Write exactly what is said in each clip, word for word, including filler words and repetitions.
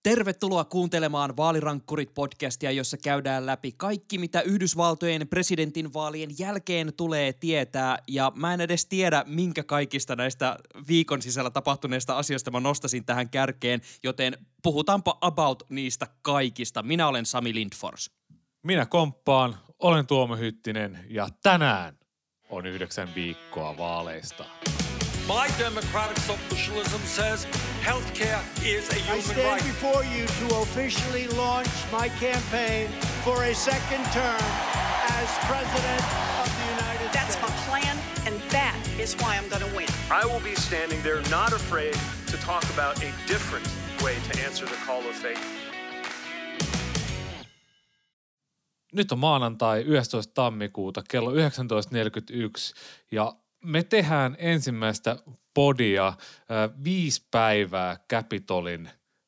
Tervetuloa kuuntelemaan Vaalirankkurit-podcastia, jossa käydään läpi kaikki, mitä Yhdysvaltojen presidentinvaalien jälkeen tulee tietää. Ja mä en edes tiedä, minkä kaikista näistä viikon sisällä tapahtuneista asioista mä nostasin tähän kärkeen, joten puhutaanpa about niistä kaikista. Minä olen Sami Lindfors. Minä komppaan, olen Tuomo Hyttinen ja tänään on yhdeksän viikkoa vaaleista. My democratic socialism says healthcare is a human I stand right. before you to officially launch my campaign for a second term as President of the United That's States. my plan, and that is why I'm going to win. I will be standing there not afraid to talk about a different way to answer the call of faith. Nyt on maanantai yhdestoista tammikuuta kello yhdeksäntoista neljäkymmentäyksi ja me tehdään ensimmäistä podia äh, viisi päivää Capitolin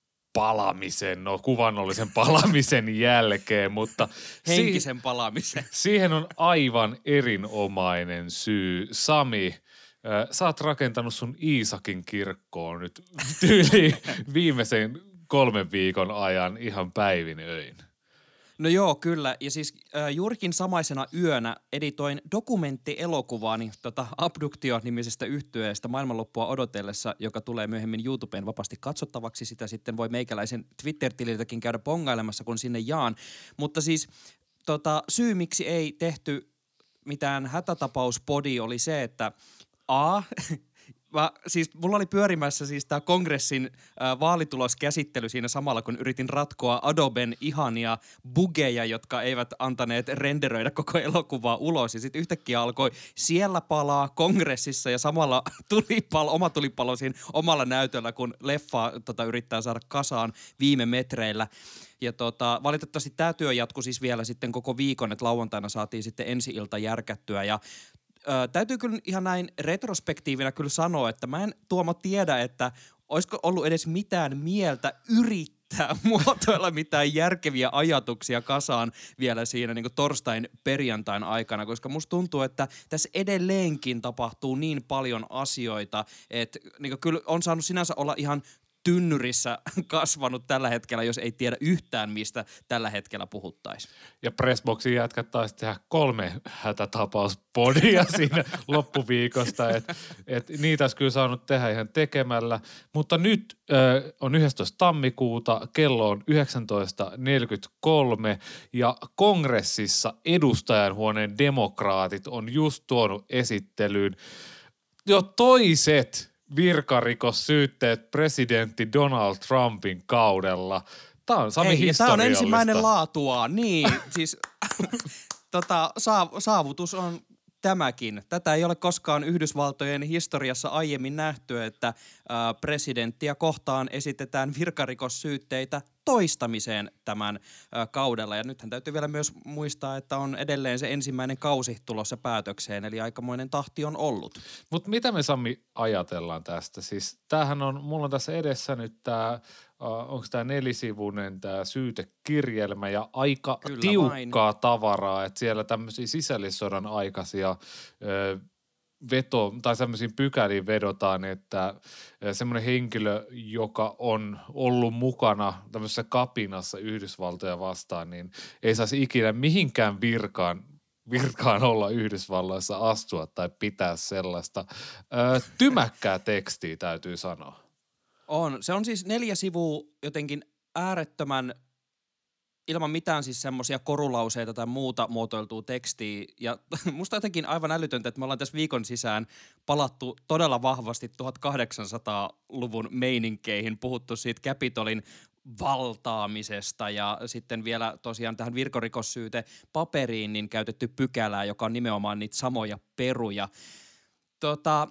palamisen, no kuvannollisen palamisen jälkeen, mutta Henkisen palamisen. Siihen on aivan erinomainen syy. Sami, äh, sä oot rakentanut sun Iisakin kirkkoon nyt tyyliin viimeisen kolmen viikon ajan ihan päivin öin. No joo, kyllä. Ja siis äh, juurikin samaisena yönä editoin dokumenttielokuvaani tota Abduktio-nimisestä yhtyeestä maailmanloppua odotellessa, joka tulee myöhemmin YouTubeen vapaasti katsottavaksi. Sitä sitten voi meikäläisen Twitter-tililtäkin käydä pongailemassa, kun sinne jaan. Mutta siis tota, syy, miksi ei tehty mitään hätätapauspodi oli se, että a... Mä, siis mulla oli pyörimässä siis tää kongressin äh, vaalituloskäsittely siinä samalla, kun yritin ratkoa Adoben ihania bugeja, jotka eivät antaneet renderöidä koko elokuvaa ulos. Ja sitten yhtäkkiä alkoi siellä palaa kongressissa ja samalla tulipalo, oma tulipalo siinä omalla näytöllä, kun leffa tota, yrittää saada kasaan viime metreillä. Ja tota, valitettavasti tämä työ jatkui siis vielä sitten koko viikon, että lauantaina saatiin sitten ensi-ilta järkättyä ja Ö, täytyy kyllä ihan näin retrospektiivinä kyllä sanoa, että mä en Tuomo tiedä, että olisiko ollut edes mitään mieltä yrittää muotoilla mitään järkeviä ajatuksia kasaan vielä siinä niin kuin torstain perjantain aikana, koska musta tuntuu, että tässä edelleenkin tapahtuu niin paljon asioita, että niin kuin kyllä on saanut sinänsä olla ihan tynnyrissä kasvanut tällä hetkellä, jos ei tiedä yhtään, mistä tällä hetkellä puhuttaisiin. Ja Pressboxin jätkät taisi tehdä kolme hätätapauspodia siinä loppuviikosta, että et niitä olisi kyllä saanut tehdä ihan tekemällä. Mutta nyt ö, on yhdestoista tammikuuta, kello on yhdeksäntoista neljäkymmentäkolme ja kongressissa edustajanhuoneen demokraatit on just tuonut esittelyyn jo toiset virkarikossyytteet presidentti Donald Trumpin kaudella. Tämä on Sami Hei, historiallista. Tämä on ensimmäinen laatuaan, niin. Siis tota, saavutus on tämäkin. Tätä ei ole koskaan Yhdysvaltojen historiassa aiemmin nähty, että ää, presidenttiä kohtaan esitetään virkarikossyytteitä toistamiseen tämän ää, kaudella. Ja nythän täytyy vielä myös muistaa, että on edelleen se ensimmäinen kausi tulossa päätökseen, eli aikamoinen tahti on ollut. Mutta mitä me Sami ajatellaan tästä? Siis tämähän on, mulla on tässä edessä nyt tämä, uh, onko tämä nelisivuinen tämä syytekirjelmä ja aika Kyllä tiukkaa vain. tavaraa, että siellä tämmöisiä sisällissodan aikaisia ö, veto, tai semmoisiin pykäliin vedotaan, että semmoinen henkilö, joka on ollut mukana tämmöisessä kapinassa Yhdysvaltoja vastaan, niin ei saisi ikinä mihinkään virkaan, virkaan olla Yhdysvalloissa astua tai pitää sellaista. Ö, tymäkkää tekstiä täytyy sanoa. On. Se on siis neljä sivua jotenkin äärettömän ilman mitään siis semmoisia korulauseita tai muuta muotoiltua tekstiä. Ja musta jotenkin aivan älytöntä, että me ollaan tässä viikon sisään palattu todella vahvasti tuhatkahdeksansataaluvun meininkeihin, puhuttu siitä Capitolin valtaamisesta ja sitten vielä tosiaan tähän virkarikossyyte paperiin niin käytetty pykälää, joka on nimenomaan niitä samoja peruja. Tota,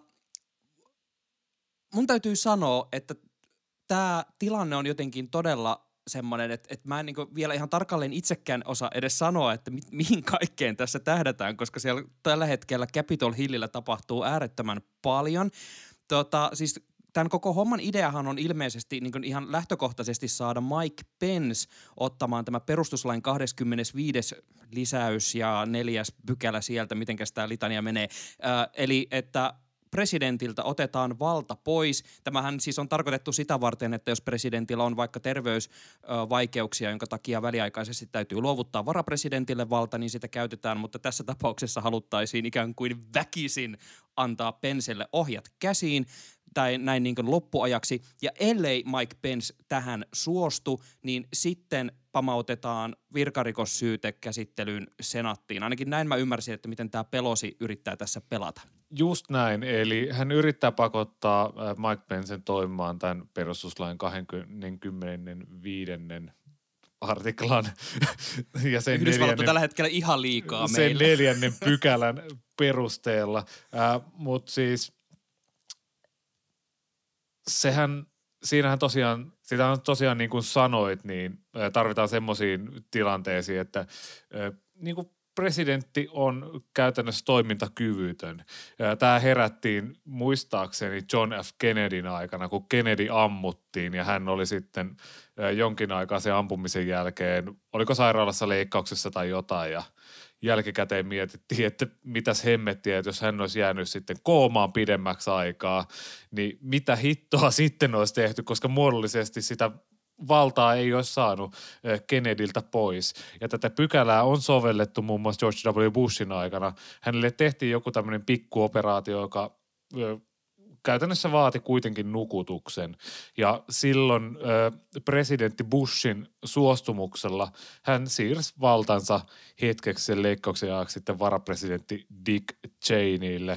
mun täytyy sanoa, että tämä tilanne on jotenkin todella semmoinen, että, että mä en niin kuin vielä ihan tarkalleen itsekään osaa edes sanoa, että mi- mihin kaikkeen tässä tähdätään, koska siellä tällä hetkellä Capitol Hillillä tapahtuu äärettömän paljon. Tota, siis tämän koko homman ideahan on ilmeisesti niin kuin ihan lähtökohtaisesti saada Mike Pence ottamaan tämä perustuslain kahdeskymmenesviides lisäys ja neljäs pykälä sieltä, mitenkäs tämä litania menee. Äh, eli että presidentiltä otetaan valta pois. Tämähän siis on tarkoitettu sitä varten, että jos presidentillä on vaikka terveysvaikeuksia, jonka takia väliaikaisesti täytyy luovuttaa varapresidentille valta, niin sitä käytetään, mutta tässä tapauksessa haluttaisiin ikään kuin väkisin antaa Pencelle ohjat käsiin tai näin niin kuin loppuajaksi. Ja ellei Mike Pence tähän suostu, niin sitten pamautetaan virkarikossyyte käsittelyyn senaattiin. Ainakin näin mä ymmärsin, että miten tämä Pelosi yrittää tässä pelata. Just näin, eli hän yrittää pakottaa Mike Pencen toimimaan tämän perustuslain kaksikymmentäviisi artiklan ja sen Yhdysvallat tällä hetkellä ihan liikaa sen meille. neljännen pykälän perusteella, äh, mutta siis sehän, siinähän tosiaan, sitä on tosiaan niin kuin sanoit, niin äh, tarvitaan semmoisiin tilanteisiin, että äh, niin kuin presidentti on käytännössä toimintakyvytön. Tämä herättiin muistaakseni John F. Kennedyn aikana, kun Kennedy ammuttiin ja hän oli sitten jonkin aikaa sen ampumisen jälkeen, oliko sairaalassa leikkauksessa tai jotain ja jälkikäteen mietittiin, että mitäs hemmettiä, että jos hän olisi jäänyt sitten koomaan pidemmäksi aikaa, niin mitä hittoa sitten olisi tehty, koska muodollisesti sitä valtaa ei olisi saanut Kennedyltä pois. Ja tätä pykälää on sovellettu muun muassa George W. Bushin aikana. Hänelle tehtiin joku tämmöinen pikkuoperaatio, joka ö, käytännössä vaati kuitenkin nukutuksen. Ja silloin ö, presidentti Bushin suostumuksella hän siirsi valtansa hetkeksi sen leikkauksen ajaksi sitten varapresidentti Dick Cheneylle.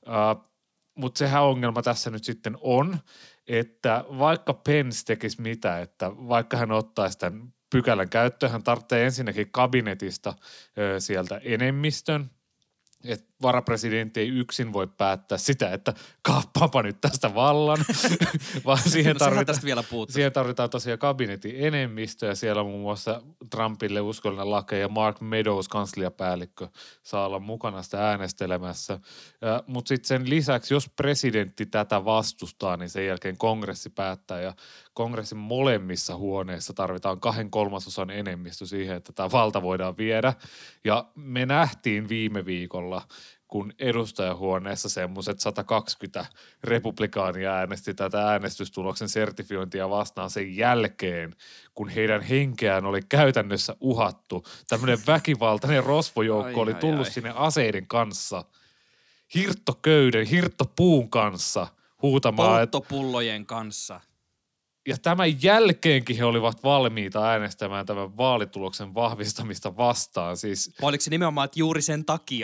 Mutta sehän ongelma tässä nyt sitten on, että vaikka Pence tekisi mitä, että vaikka hän ottaisi tämän pykälän käyttöön, hän tarvitsee ensinnäkin kabinetista ö, sieltä enemmistön, että varapresidentti ei yksin voi päättää sitä, että kaappaapa nyt tästä vallan, vaan siihen, no, tarvitaan, vielä siihen tarvitaan tosiaan kabinetin enemmistö ja siellä on muun muassa Trumpille uskollinen lake ja Mark Meadows, kansliapäällikkö, saa olla mukana sitä äänestelemässä. Mutta sitten sen lisäksi, jos presidentti tätä vastustaa, niin sen jälkeen kongressi päättää ja kongressin molemmissa huoneissa tarvitaan kahden kolmasosan enemmistö siihen, että tämä valta voidaan viedä. Ja me nähtiin viime viikolla, kun edustajahuoneessa semmoiset sata kaksikymmentä republikaania äänesti tätä äänestystuloksen sertifiointia vastaan sen jälkeen, kun heidän henkeään oli käytännössä uhattu. Tämmöinen väkivaltainen rosvojoukko ai, oli tullut ai, ai. sinne aseiden kanssa, hirttoköyden, hirttopuun kanssa huutamaan. Polttopullojen kanssa. Ja tämän jälkeenkin he olivat valmiita äänestämään tämän vaalituloksen vahvistamista vastaan. Siis vai oliko se nimenomaan, että juuri sen takia?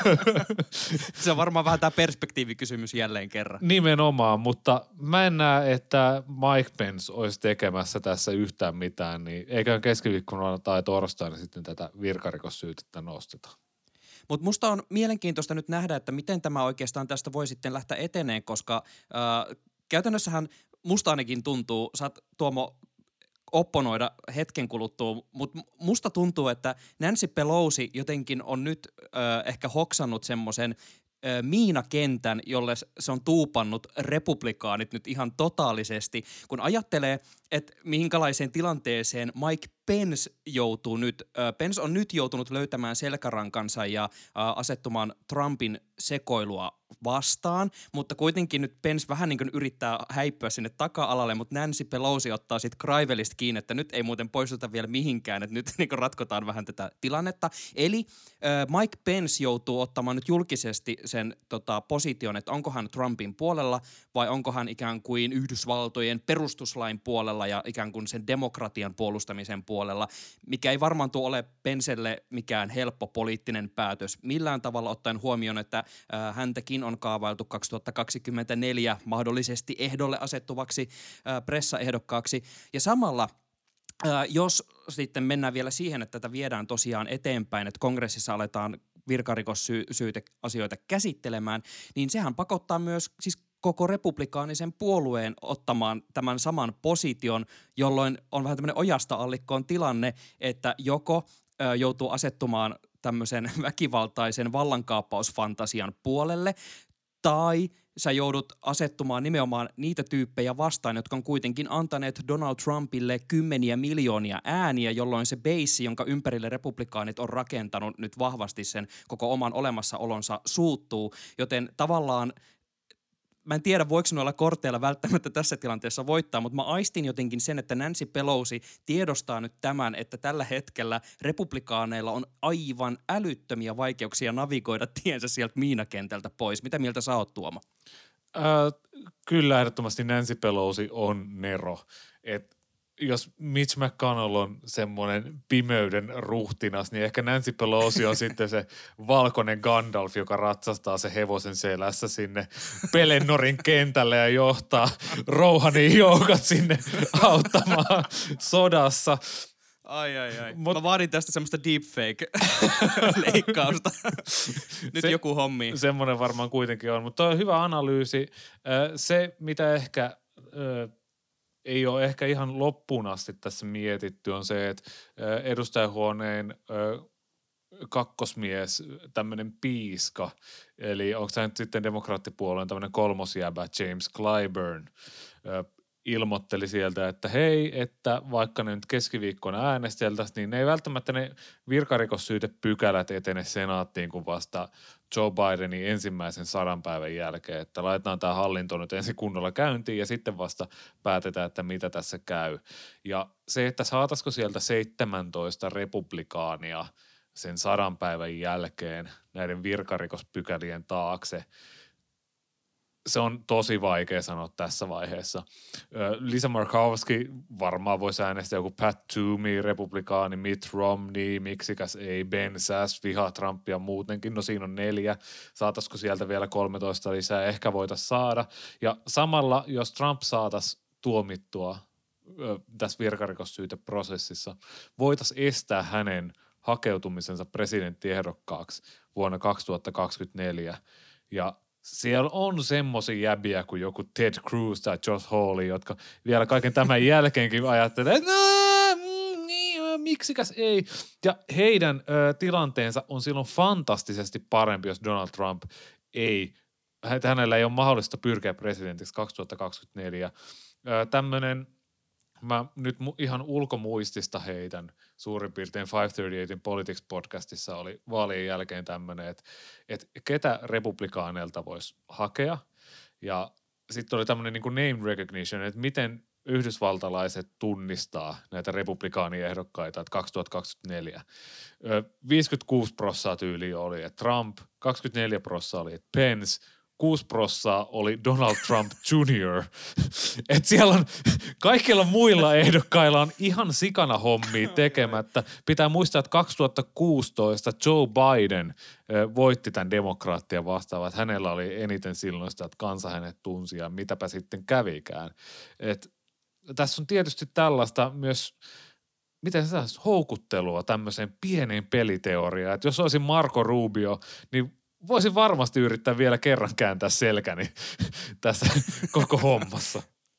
Se on varmaan vähän tämä perspektiivikysymys jälleen kerran. Nimenomaan, mutta mä en näe, että Mike Pence olisi tekemässä tässä yhtään mitään, niin eiköhän keskiviikkona tai torstaina sitten tätä virkarikossyytettä nosteta. Mutta musta on mielenkiintoista nyt nähdä, että miten tämä oikeastaan tästä voi sitten lähteä eteneen, koska äh, käytännössähän musta ainakin tuntuu, saat Tuomo opponoida hetken kuluttua, mutta musta tuntuu, että Nancy Pelosi jotenkin on nyt ö, ehkä hoksannut semmoisen miinakentän, jolle se on tuupannut republikaanit nyt ihan totaalisesti, kun ajattelee, että minkälaiseen tilanteeseen Mike Pence joutuu nyt. Pence on nyt joutunut löytämään selkärankansa ja asettumaan Trumpin sekoilua vastaan, mutta kuitenkin nyt Pence vähän niin kuin yrittää häipyä sinne taka-alalle, mutta Nancy Pelosi ottaa sitten Kraivelista kiinni, että nyt ei muuten poistuta vielä mihinkään, että nyt niin kuin ratkotaan vähän tätä tilannetta. Eli äh, Mike Pence joutuu ottamaan nyt julkisesti sen tota, position, että onko hän Trumpin puolella vai onko hän ikään kuin Yhdysvaltojen perustuslain puolella ja ikään kuin sen demokratian puolustamisen puolella, mikä ei varmaan tuo ole Pencelle mikään helppo poliittinen päätös millään tavalla ottaen huomioon, että äh, häntäkin on kaavailtu kaksituhattakaksikymmentäneljä mahdollisesti ehdolle asettuvaksi äh, pressaehdokkaaksi. Ja samalla, äh, jos sitten mennään vielä siihen, että tätä viedään tosiaan eteenpäin, että kongressissa aletaan virkarikossyyteasioita käsittelemään, niin sehän pakottaa myös siis koko republikaanisen puolueen ottamaan tämän saman position, jolloin on vähän tämmöinen ojasta allikkoon tilanne, että joko äh, joutuu asettumaan tämmöisen väkivaltaisen vallankaappausfantasian puolelle, tai sä joudut asettumaan nimenomaan niitä tyyppejä vastaan, jotka on kuitenkin antaneet Donald Trumpille kymmeniä miljoonia ääniä, jolloin se base, jonka ympärille republikaanit on rakentanut nyt vahvasti sen koko oman olemassaolonsa, suuttuu. Joten tavallaan mä en tiedä, voiko noilla korteilla välttämättä tässä tilanteessa voittaa, mutta mä aistin jotenkin sen, että Nancy Pelosi tiedostaa nyt tämän, että tällä hetkellä republikaaneilla on aivan älyttömiä vaikeuksia navigoida tiensä sieltä miinakentältä pois. Mitä mieltä sä oot, Tuomo? Äh, kyllä ehdottomasti Nancy Pelosi on nero. Et jos Mitch McConnell on semmoinen pimeyden ruhtinas, niin ehkä Nancy Pelosi on sitten se valkoinen Gandalf, joka ratsastaa se hevosen selässä sinne Pelennorin kentälle ja johtaa Rohanin joukot sinne auttamaan sodassa. Ai, ai, ai. Mut, Mä vaadin tästä semmoista deepfake-leikkausta. Nyt se, joku hommi. Semmoinen varmaan kuitenkin on, mutta on hyvä analyysi. Se, mitä ehkä ei ole ehkä ihan loppuun asti tässä mietitty, on se, että edustajahuoneen kakkosmies, tämmöinen piiska, eli onko tämä nyt sitten demokraattipuolueen tämmöinen kolmosjäbä James Clyburn, ilmoitteli sieltä, että hei, että vaikka ne nyt keskiviikkona äänesteltäisiin, niin ne ei välttämättä ne virkarikossyytepykälät etene senaattiin kuin vasta Joe Bidenin ensimmäisen sadan päivän jälkeen, että laitetaan tämä hallinto nyt ensin kunnolla käyntiin ja sitten vasta päätetään, että mitä tässä käy. Ja se, että saataisiko sieltä seitsemäntoista republikaania sen sadan päivän jälkeen näiden virkarikospykälien taakse, se on tosi vaikea sanoa tässä vaiheessa. Lisa Murkowski varmaan voisi äänestää joku Pat Toomey, republikaani, Mitt Romney, miksikäs ei, Ben Sass, vihaa Trumpia muutenkin. No siinä on neljä. Saataisiko sieltä vielä kolmetoista lisää? Ehkä voitaisiin saada. Ja samalla, jos Trump saataisiin tuomittua tässä virkarikossyyteprosessissa, voitaisiin estää hänen hakeutumisensa presidenttiehdokkaaksi vuonna kaksituhattakaksikymmentäneljä. Ja siellä on semmoisia jäbiä kuin joku Ted Cruz tai Josh Hawley, jotka vielä kaiken tämän jälkeenkin ajattelee, että no, niin, miksikäs ei. Ja heidän ö, tilanteensa on silloin fantastisesti parempi, jos Donald Trump ei, hänellä ei ole mahdollista pyrkiä presidentiksi kaksituhattakaksikymmentäneljä. Ö, tämmöinen, mä nyt mu- ihan ulkomuistista heitän, suurin piirtein viisisataakolmekymmentäkahdeksan Politics-podcastissa oli vaalien jälkeen tämmöinen, että, että ketä republikaaneilta voisi hakea. Ja sitten oli tämmöinen niin kuin name recognition, että miten yhdysvaltalaiset tunnistaa näitä republikaaniehdokkaita, että kaksituhattakaksikymmentäneljä. viisikymmentäkuusi prosenttia tyyli oli, että Trump, kaksikymmentäneljä prosenttia oli, että Pence, kuusi prosenttia oli Donald Trump junior Että siellä on, kaikilla muilla ehdokkailla on ihan sikana hommia tekemättä. Pitää muistaa, että kaksituhattakuusitoista Joe Biden voitti tämän demokraattia vastaan, että hänellä oli eniten silloin sitä, että kansa hänet tunsi ja mitäpä sitten kävikään. Et tässä on tietysti tällaista myös, miten sä houkuttelua tämmöiseen pieneen peliteoriaan, että jos olisin Marco Rubio, niin voisin varmasti yrittää vielä kerran kääntää selkäni tässä koko hommassa.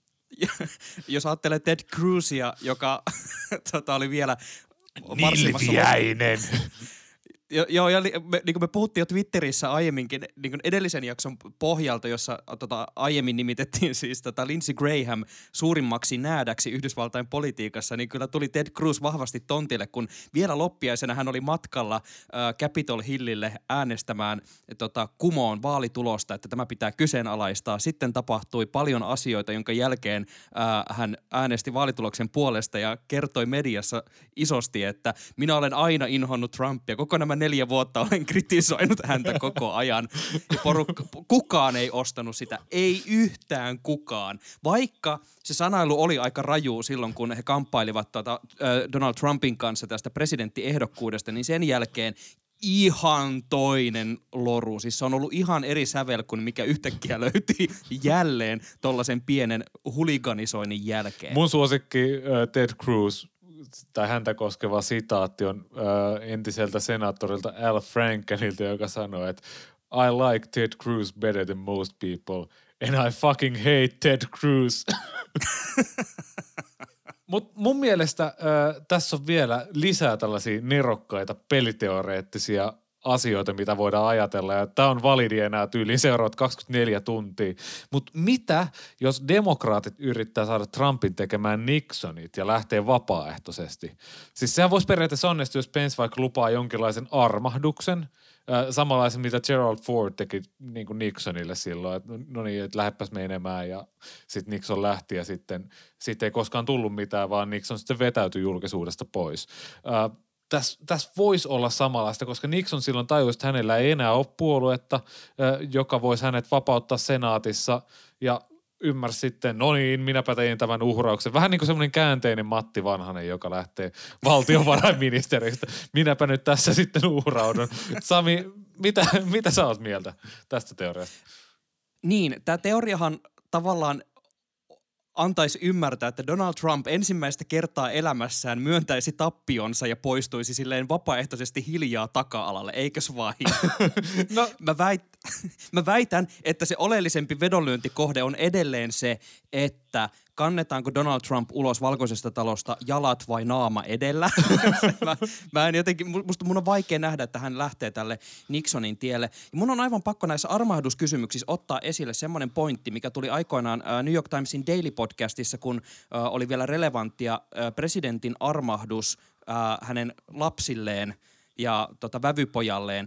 Jos ajattelee Ted Cruzia, joka tota, oli vielä Nilviäinen. Joo, ja me, niin kuin me puhuttiin jo Twitterissä aiemminkin, niin kuin edellisen jakson pohjalta, jossa tota, aiemmin nimitettiin siis tota Lindsey Graham suurimmaksi näädäksi Yhdysvaltain politiikassa, niin kyllä tuli Ted Cruz vahvasti tontille, kun vielä loppiaisena hän oli matkalla äh, Capitol Hillille äänestämään tota, kumoon vaalitulosta, että tämä pitää kyseenalaistaa. Sitten tapahtui paljon asioita, jonka jälkeen äh, hän äänesti vaalituloksen puolesta ja kertoi mediassa isosti, että minä olen aina inhonnut Trumpia, koko nämä neljä vuotta olen kritisoinut häntä koko ajan. Ja porukka, kukaan ei ostanut sitä. Ei yhtään kukaan. Vaikka se sanailu oli aika raju silloin, kun he kamppailivat tuota, Donald Trumpin kanssa tästä presidenttiehdokkuudesta, niin sen jälkeen ihan toinen loru. Siis se on ollut ihan eri sävel kuin mikä yhtäkkiä löytyi jälleen tollaisen pienen huliganisoinnin jälkeen. Mun suosikki Ted Cruz tai häntä koskeva sitaatti on äh, entiseltä senaattorilta Al Frankenilta, joka sanoi, että I like Ted Cruz better than most people and I fucking hate Ted Cruz. Mut mun mielestä äh, tässä on vielä lisää tällaisia nerokkaita peliteoreettisia asioita, mitä voidaan ajatella, ja tämä on validi enää tyyliin seuraavat kaksikymmentäneljä tuntia. Mutta mitä, jos demokraatit yrittää saada Trumpin tekemään Nixonit ja lähtee vapaaehtoisesti? Siis sehän voisi periaatteessa onnistua, jos Pence vaikka lupaa jonkinlaisen armahduksen samanlaisen, mitä Gerald Ford teki niin kuin Nixonille silloin, että no niin, että lähdepäs menemään ja sitten Nixon lähti ja sitten siitä ei koskaan tullut mitään, vaan Nixon sitten vetäytyi julkisuudesta pois. Äh, Tässä täs voisi olla samanlaista, koska Nixon silloin tajusi, että hänellä ei enää ole puoluetta, äh, joka voisi hänet vapauttaa senaatissa ja ymmärsi sitten, no niin, minäpä tein tämän uhrauksen. Vähän niin kuin semmoinen käänteinen Matti Vanhanen, joka lähtee valtiovarainministeristä. Minäpä nyt tässä sitten uhraudun. Sami, mitä, mitä sä oot mieltä tästä teoriasta? Niin, tämä teoriahan tavallaan antaisi ymmärtää, että Donald Trump ensimmäistä kertaa elämässään myöntäisi tappionsa ja poistuisi silleen vapaaehtoisesti hiljaa taka-alalle, eikös vain? No. mä, väit, mä väitän, että se oleellisempi vedonlyöntikohde on edelleen se, että kannetaanko Donald Trump ulos Valkoisesta talosta jalat vai naama edellä. mä, mä en jotenkin, musta mun on vaikea nähdä, että hän lähtee tälle Nixonin tielle. Ja mun on aivan pakko näissä armahduskysymyksissä ottaa esille semmoinen pointti, mikä tuli aikoinaan New York Timesin Daily Podcastissa, kun oli vielä relevanttia presidentin armahdus hänen lapsilleen ja tota, vävypojalleen.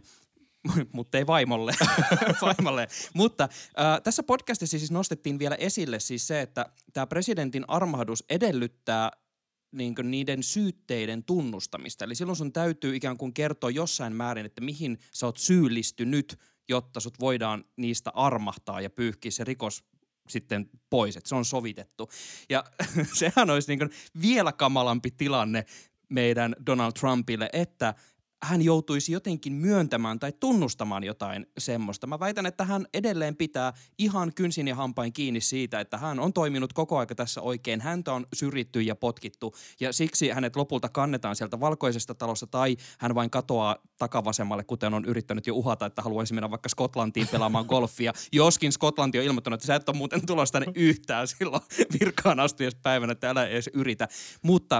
Mutta ei vaimolle. vaimolle. Mutta äh, tässä podcastissa siis nostettiin vielä esille siis se, että tämä presidentin armahdus edellyttää niin kuin niiden syytteiden tunnustamista. Eli silloin sun täytyy ikään kuin kertoa jossain määrin, että mihin sä oot syyllistynyt, jotta sut voidaan niistä armahtaa ja pyyhkiä se rikos sitten pois, että se on sovitettu. Ja sehän olisi niin kuin vielä kamalampi tilanne meidän Donald Trumpille, että hän joutuisi jotenkin myöntämään tai tunnustamaan jotain semmoista. Mä väitän, että hän edelleen pitää ihan kynsin ja hampain kiinni siitä, että hän on toiminut koko aika tässä oikein. Häntä on syrjitty ja potkittu ja siksi hänet lopulta kannetaan sieltä Valkoisesta talosta tai hän vain katoaa takavasemmalle, kuten on yrittänyt jo uhata, että haluaisi mennä vaikka Skotlantiin pelaamaan golfia. Joskin Skotlanti on ilmoittanut, että sä et ole muuten tulossa tänne yhtään silloin virkaan astujaispäivänä, että älä edes yritä. Mutta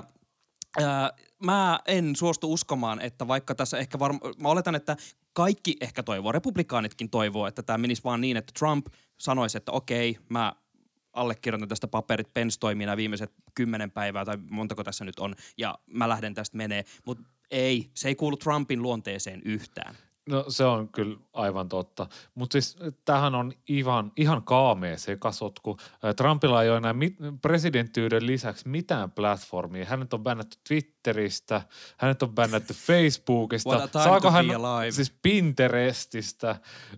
Äh, mä en suostu uskomaan, että vaikka tässä ehkä varmaan, mä oletan, että kaikki ehkä toivoo, republikaanitkin toivoo, että tämä menisi vaan niin, että Trump sanoisi, että okei, mä allekirjoitan tästä paperit, Pence toimii nämä viimeiset kymmenen päivää tai montako tässä nyt on ja mä lähden tästä menee, mutta ei, se ei kuulu Trumpin luonteeseen yhtään. No se on kyllä aivan totta, mutta siis tämähän on ihan, ihan kaamea sekasotku. Trumpilla ei ole enää mit, presidenttiyden lisäksi mitään platformia. Hänet on bännätty Twitteristä, hänet on bännätty Facebookista. Saako hän siis Pinterestistä,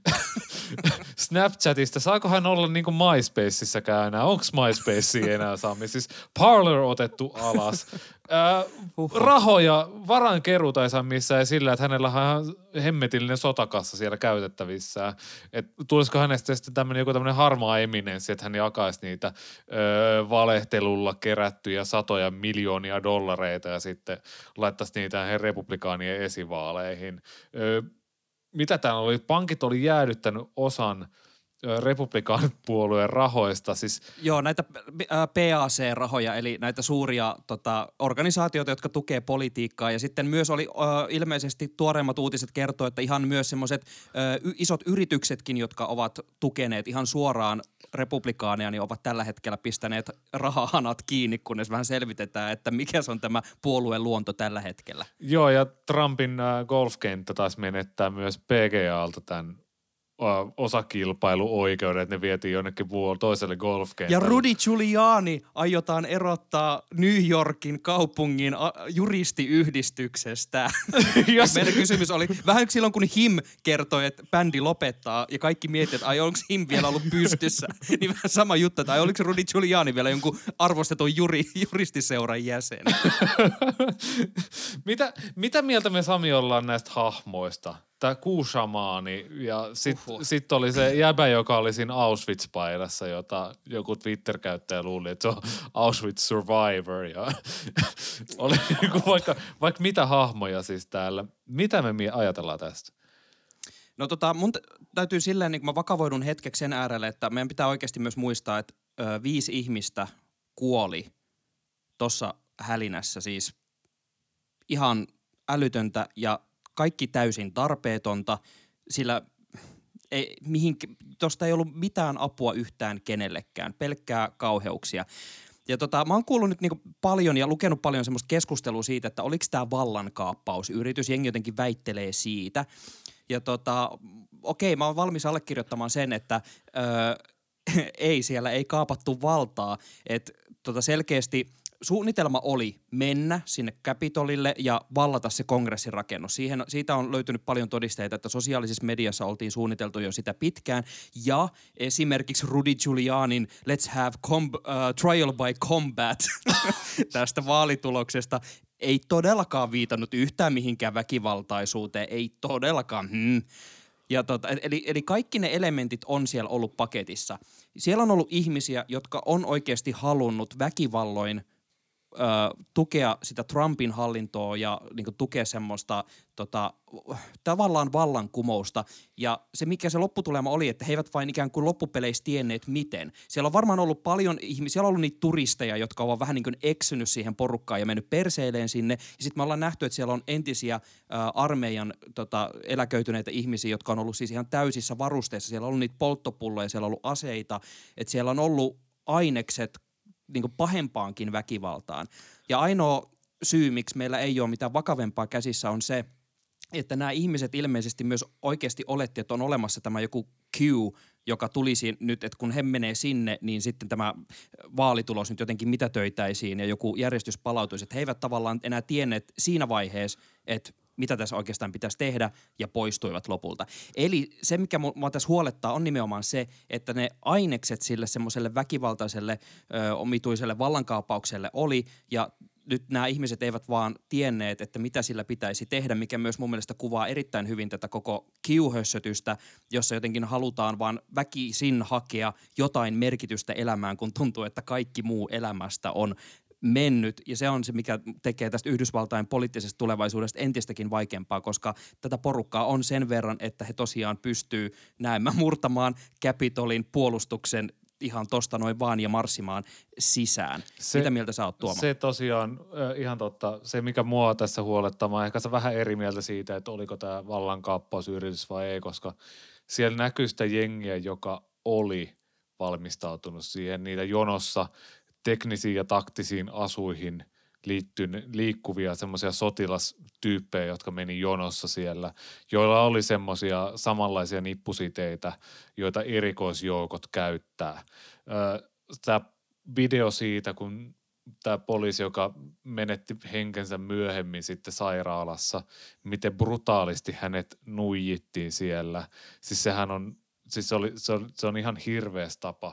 Snapchatista, saako hän olla niin kuin MySpaceissäkään enää? Onko MySpace enää Sami? Siis Parler otettu alas. Äh, rahoja, varankeruuta ei saa missään sillä, että hänellä on hemmetillinen sotakassa siellä käytettävissä. Että tulisiko hänestä sitten tämmöinen joku tämmöinen harmaa eminenssi, että hän jakaisi niitä öö, valehtelulla kerättyjä satoja miljoonia dollareita ja sitten laittaisi niitä republikaanien esivaaleihin. Öö, mitä täällä oli? Pankit oli jäädyttänyt osan republikaanipuolueen rahoista. Siis joo, näitä P A C-rahoja, eli näitä suuria tota, organisaatioita, jotka tukee politiikkaa. Ja sitten myös oli äh, ilmeisesti tuoreimmat uutiset kertoo, että ihan myös semmoiset äh, isot yrityksetkin, jotka ovat tukeneet ihan suoraan republikaaneja, niin ovat tällä hetkellä pistäneet rahahanat kiinni, kunnes vähän selvitetään, että mikä se on tämä puolueen luonto tällä hetkellä. Joo, ja Trumpin äh, golfkenttä taisi menettää myös P G A:lta tämän osakilpailuoikeudet, ne vietiin jonnekin toiselle golfkentälle. Ja Rudy Giuliani aiotaan erottaa New Yorkin kaupungin juristiyhdistyksestä. Jos... Meidän kysymys oli, vähän silloin kun Him kertoi, että bändi lopettaa ja kaikki miettii, että ai onko Him vielä ollut pystyssä, niin vähän sama juttu, tai oliko Rudy Giuliani vielä jonkun arvostetun juri, juristiseuran jäsen? mitä, mitä mieltä me Sami ollaan näistä hahmoista? Tämä kuushamaani ja sitten sit oli se jäbä, joka oli siinä Auschwitz-paidassa, jota joku Twitter-käyttäjä luuli, että se on Auschwitz Survivor. Ja oli niinku vaikka, vaikka mitä hahmoja siis täällä. Mitä me ajatellaan tästä? No tota, mun t- täytyy silleen, niin kun mä vakavoidun hetkeksi sen äärelle, että meidän pitää oikeasti myös muistaa, että ö, viisi ihmistä kuoli tossa hälinässä. Siis ihan älytöntä ja kaikki täysin tarpeetonta, sillä ei, mihin, tosta ei ollut mitään apua yhtään kenellekään, pelkkää kauheuksia. Ja tota, mä oon kuullut nyt niinku paljon ja lukenut paljon semmoista keskustelua siitä, että oliko tämä vallankaappausyritys, jengi jotenkin väittelee siitä. Ja tota, okei, mä oon valmis allekirjoittamaan sen, että öö, ei, siellä ei kaapattu valtaa, että tota selkeästi suunnitelma oli mennä sinne Capitolille ja vallata se kongressirakennus. Siihen, siitä on löytynyt paljon todisteita, että sosiaalisessa mediassa oltiin suunniteltu jo sitä pitkään. Ja esimerkiksi Rudy Giulianin Let's have com- uh, trial by combat tästä vaalituloksesta ei todellakaan viitannut yhtään mihinkään väkivaltaisuuteen. Ei todellakaan. Hmm. Ja tota, eli, eli kaikki ne elementit on siellä ollut paketissa. Siellä on ollut ihmisiä, jotka on oikeasti halunnut väkivalloin ö, tukea sitä Trumpin hallintoa ja niin kuin tukea semmoista tota, tavallaan vallankumousta. Ja se, mikä se lopputulema oli, että he eivät vain ikään kuin loppupeleissä tienneet miten. Siellä on varmaan ollut paljon ihmisiä, siellä on ollut niitä turisteja, jotka ovat vähän niin kuin eksynyt siihen porukkaan ja mennyt perseileen sinne. Ja sitten me ollaan nähty, että siellä on entisiä ä, armeijan tota, eläköityneitä ihmisiä, jotka on ollut siis ihan täysissä varusteissa. Siellä on ollut niitä polttopulloja, siellä on ollut aseita, että siellä on ollut ainekset niin kuin pahempaankin väkivaltaan. Ja ainoa syy, miksi meillä ei ole mitään vakavempaa käsissä, on se, että nämä ihmiset ilmeisesti myös oikeasti oletti, että on olemassa tämä joku Q, joka tulisi nyt, että kun he menee sinne, niin sitten tämä vaalitulos nyt jotenkin mitätöitäisiin ja joku järjestys palautuisi. Että he eivät tavallaan enää tienneet siinä vaiheessa, että mitä tässä oikeastaan pitäisi tehdä, ja poistuivat lopulta. Eli se, mikä mua tässä huolettaa, on nimenomaan se, että ne ainekset sille semmoiselle väkivaltaiselle, ö, omituiselle vallankaappaukselle oli, ja nyt nämä ihmiset eivät vaan tienneet, että mitä sillä pitäisi tehdä, mikä myös mun mielestä kuvaa erittäin hyvin tätä koko kiuhössötystä, jossa jotenkin halutaan vaan väkisin hakea jotain merkitystä elämään, kun tuntuu, että kaikki muu elämästä on mennyt. Ja se on se, mikä tekee tästä Yhdysvaltain poliittisesta tulevaisuudesta entistäkin vaikeampaa, koska tätä porukkaa on sen verran, että he tosiaan pystyy näemmä murtamaan Capitolin puolustuksen ihan tosta noin vaan ja marssimaan sisään. Se, mitä mieltä sä oot, Tuomo? Se tosiaan äh, ihan totta. Se, mikä mua tässä huolettaa, mä ehkä se vähän eri mieltä siitä, että oliko tämä vallankaappausyritys vai ei, koska siellä näkyy sitä jengiä, joka oli valmistautunut siihen, niitä jonossa teknisiin ja taktisiin asuihin liittyen liikkuvia semmoisia sotilastyyppejä, jotka meni jonossa siellä, joilla oli semmoisia samanlaisia nippusiteitä, joita erikoisjoukot käyttää. Tämä video siitä, kun tämä poliisi, joka menetti henkensä myöhemmin sitten sairaalassa, miten brutaalisti hänet nuijittiin siellä. Siis sehän on, siis se, oli, se, on, se on ihan hirveä tapa,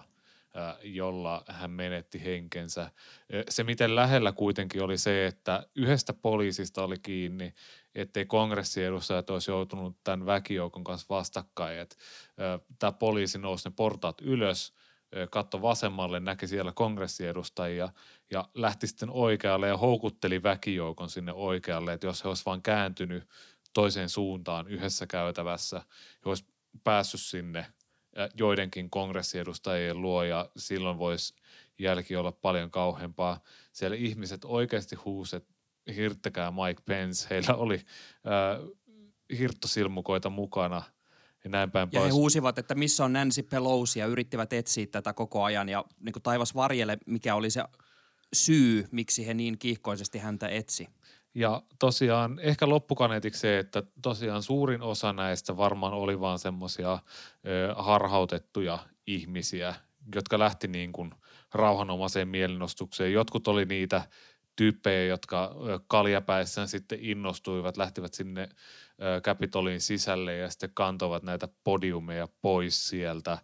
jolla hän menetti henkensä. Se, miten lähellä kuitenkin oli se, että yhdestä poliisista oli kiinni, ettei kongressiedustajat olisi joutunut tämän väkijoukon kanssa vastakkain. Että tämä poliisi nousi ne portaat ylös, katsoi vasemmalle, näki siellä kongressiedustajia ja lähti sitten oikealle ja houkutteli väkijoukon sinne oikealle, että jos he olisi vaan kääntynyt toiseen suuntaan yhdessä käytävässä, he olisi päässyt sinne joidenkin kongressiedustajien luo ja silloin voisi jälki olla paljon kauheampaa. Siellä ihmiset oikeasti huuset, hirttäkää Mike Pence. Heillä oli äh, hirttosilmukoita mukana ja näin päin ja pois. Ja he huusivat, että missä on Nancy Pelosi ja yrittivät etsiä tätä koko ajan ja niin kuin taivas varjelle, mikä oli se syy, miksi he niin kiihkoisesti häntä etsi. Ja tosiaan ehkä loppukaneetiksi se, että tosiaan suurin osa näistä varmaan oli vaan semmoisia harhautettuja ihmisiä, jotka lähti niin kuin rauhanomaiseen mielenostukseen. Jotkut oli niitä tyyppejä, jotka kaljapäissään sitten innostuivat, lähtivät sinne Capitolin sisälle ja sitten kantoivat näitä podiumeja pois sieltä.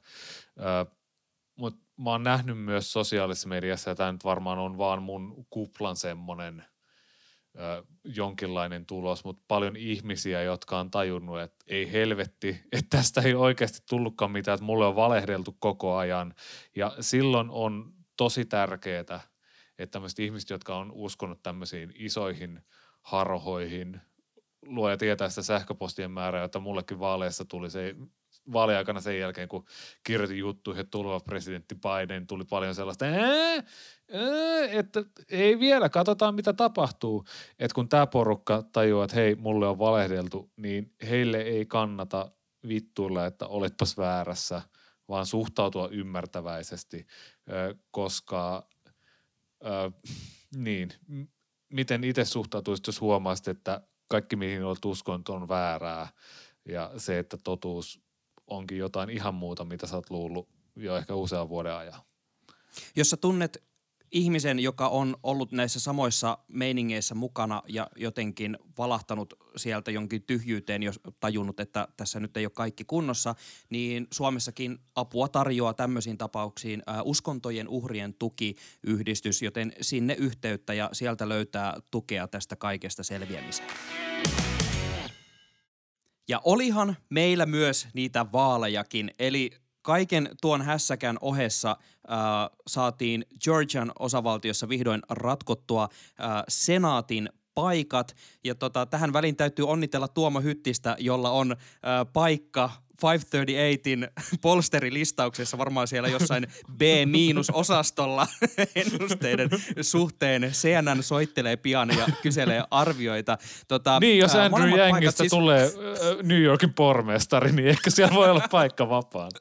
Mutta mä oon nähnyt myös sosiaalisessa mediassa, ja tämä nyt varmaan on vaan mun kuplan semmoinen jonkinlainen tulos, mutta paljon ihmisiä, jotka on tajunnut, että ei helvetti, että tästä ei oikeasti tullutkaan mitään, että mulle on valehdeltu koko ajan. Ja silloin on tosi tärkeää, että tämmöiset ihmiset, jotka on uskonut tämmöisiin isoihin harhoihin, luoja tietää sitä sähköpostien määrää, jota mullekin vaaleissa tuli se vaaliaikana sen jälkeen, kun kirjoitin juttuihin, että tuleva presidentti Biden, tuli paljon sellaista, ää, ää, että ei vielä, katsotaan mitä tapahtuu. Että kun tämä porukka tajuaa, että hei, mulle on valehdeltu, niin heille ei kannata vittuilla, että oletpas väärässä, vaan suhtautua ymmärtäväisesti, koska Öö, niin, M- miten itse suhtautuisit, jos huomaisit, että kaikki mihin olet uskonut on väärää ja se, että totuus onkin jotain ihan muuta, mitä sä oot luullut jo ehkä usean vuoden ajan. Jos sä tunnet ihmisen, joka on ollut näissä samoissa meiningeissä mukana ja jotenkin valahtanut sieltä jonkin tyhjyyteen, jos tajunnut, että tässä nyt ei ole kaikki kunnossa, niin Suomessakin apua tarjoaa tämmöisiin tapauksiin ä, uskontojen uhrien tukiyhdistys, joten sinne yhteyttä ja sieltä löytää tukea tästä kaikesta selviämiseen. Ja olihan meillä myös niitä vaalejakin, eli kaiken tuon hässäkän ohessa äh, saatiin Georgian osavaltiossa vihdoin ratkottua äh, senaatin paikat. Ja tota, tähän väliin täytyy onnitella Tuomo Hyttistä, jolla on äh, paikka viisisataakolmekymmentäkahdeksan polsterilistauksessa, varmaan siellä jossain B-osastolla ennusteiden suhteen. C N N soittelee pian ja kyselee arvioita. Tota, niin, jos ää, Andrew Yangista siis tulee äh, New Yorkin pormestari, niin ehkä siellä voi olla paikka vapaana.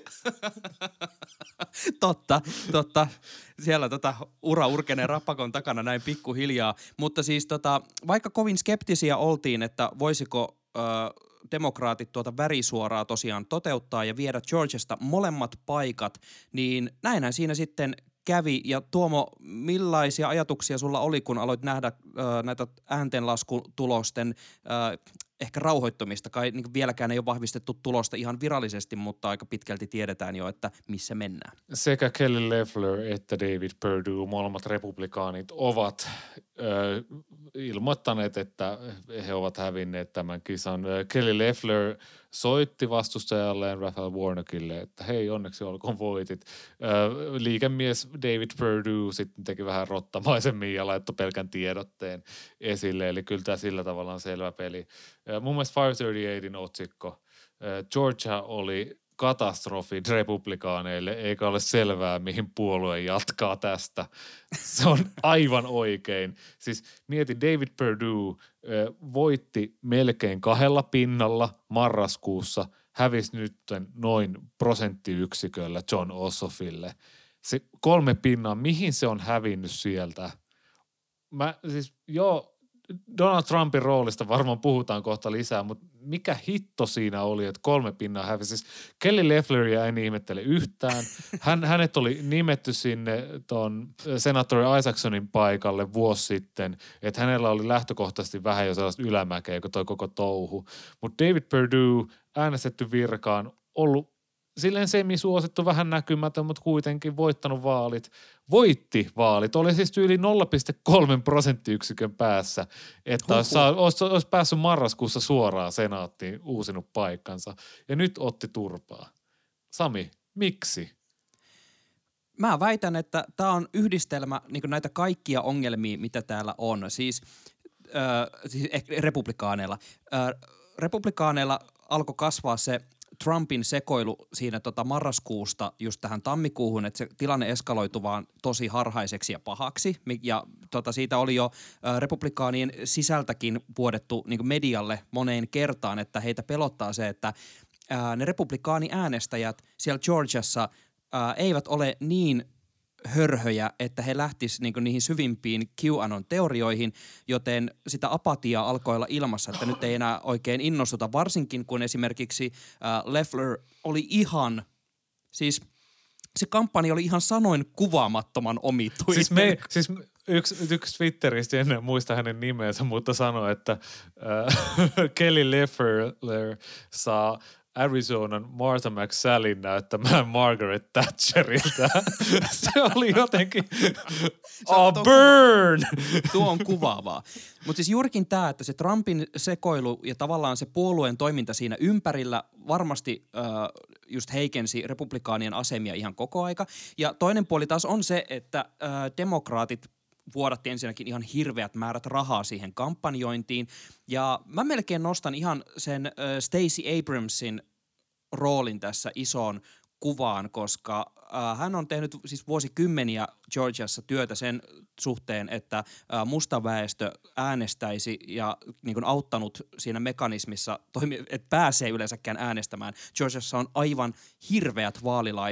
totta, totta. Siellä tota ura urkenee rappakon takana näin pikkuhiljaa. Mutta siis tota, vaikka kovin skeptisiä oltiin, että voisiko Ö, demokraatit tuota värisuoraa tosiaan toteuttaa ja viedä Georgiasta molemmat paikat, niin näinhän siinä sitten kävi. Ja Tuomo, millaisia ajatuksia sulla oli, kun aloit nähdä ö, näitä ääntenlaskutulosten ö, ehkä rauhoittumista? Kai niin vieläkään ei ole vahvistettu tulosta ihan virallisesti, mutta aika pitkälti tiedetään jo, että missä mennään. Sekä Kelly Loeffler että David Perdue, molemmat republikaanit, ovat ö, ilmoittaneet, että he ovat hävinneet tämän kisan. Kelly Loeffler soitti vastustajalleen Raphael Warnockille, että hei, onneksi olkoon voitit. Ö, liikemies David Perdue sitten teki vähän rottamaisemmin ja laittoi pelkän tiedotteen esille, eli kyllä tämä sillä tavalla on selvä peli. Ö, mun mielestä viisisataakolmekymmentäkahdeksan otsikko. Ö, Georgia oli katastrofi republikaaneille, eikä ole selvää, mihin puolue jatkaa tästä. Se on aivan oikein. Siis mieti, David Perdue äh, voitti melkein kahdella pinnalla marraskuussa, hävisi nyt noin prosenttiyksiköllä John Ossoffille. Se kolme pinnaa, mihin se on hävinnyt sieltä? Mä siis, joo, Donald Trumpin roolista varmaan puhutaan kohta lisää, mutta mikä hitto siinä oli, että kolme pinnaa hävisi. Siis Kelly Loeffleria en ihmettele yhtään. Hän, hänet oli nimetty sinne ton senaattori Isaacsonin paikalle vuosi sitten, että hänellä oli lähtökohtaisesti vähän jo sellaista ylämäkeä, kun toi koko touhu. Mutta David Perdue, äänestetty virkaan, ollut silleen semisuosittu, vähän näkymätön, mutta kuitenkin voittanut vaalit. Voitti vaalit. Oli siis yli nolla pilkku kolme prosenttiyksikön päässä, että olisi, olisi, olisi päässyt marraskuussa suoraan senaattiin uusinut paikkansa. Ja nyt otti turpaa. Sami, miksi? Mä väitän, että tämä on yhdistelmä niin näitä kaikkia ongelmia, mitä täällä on. Siis, äh, siis republikaaneilla. Äh, republikaaneilla alkoi kasvaa se Trumpin sekoilu siinä tota marraskuusta just tähän tammikuuhun, että se tilanne eskaloitui vaan tosi harhaiseksi ja pahaksi. Ja tota, siitä oli jo ä, republikaanien sisältäkin vuodettu niin kuin medialle moneen kertaan, että heitä pelottaa se, että ä, ne republikaaniäänestäjät siellä Georgiassa ä, eivät ole niin hörhöjä, että he lähtisivät niinku niihin syvimpiin QAnon-teorioihin, joten sitä apatiaa alkoi olla ilmassa, että nyt ei enää oikein innostuta, varsinkin kun esimerkiksi äh, Loeffler oli ihan, siis se kampanja oli ihan sanoin kuvaamattoman omituinen. Siis, me, siis yksi, yksi Twitteristä, en muista hänen nimensä, mutta sanoi, että äh, Kelly Loeffler saa Arizonan Martha McSallin näyttämään Margaret Thatcherilta. Se oli jotenkin, oh burn! Tuo on kuvaavaa. Mutta siis juurikin tämä, että se Trumpin sekoilu ja tavallaan se puolueen toiminta siinä ympärillä varmasti äh, just heikensi republikaanien asemia ihan koko aika. Ja toinen puoli taas on se, että äh, demokraatit vuodatti ensinnäkin ihan hirveät määrät rahaa siihen kampanjointiin. Ja mä melkein nostan ihan sen äh, Stacey Abramsin roolin tässä isoon kuvaan, koska äh, hän on tehnyt siis vuosikymmeniä Georgiassa työtä sen suhteen, että äh, musta väestö äänestäisi ja niin kuin auttanut siinä mekanismissa, toimi, että pääsee yleensäkään äänestämään. Georgiassa on aivan hirveät vaalilait,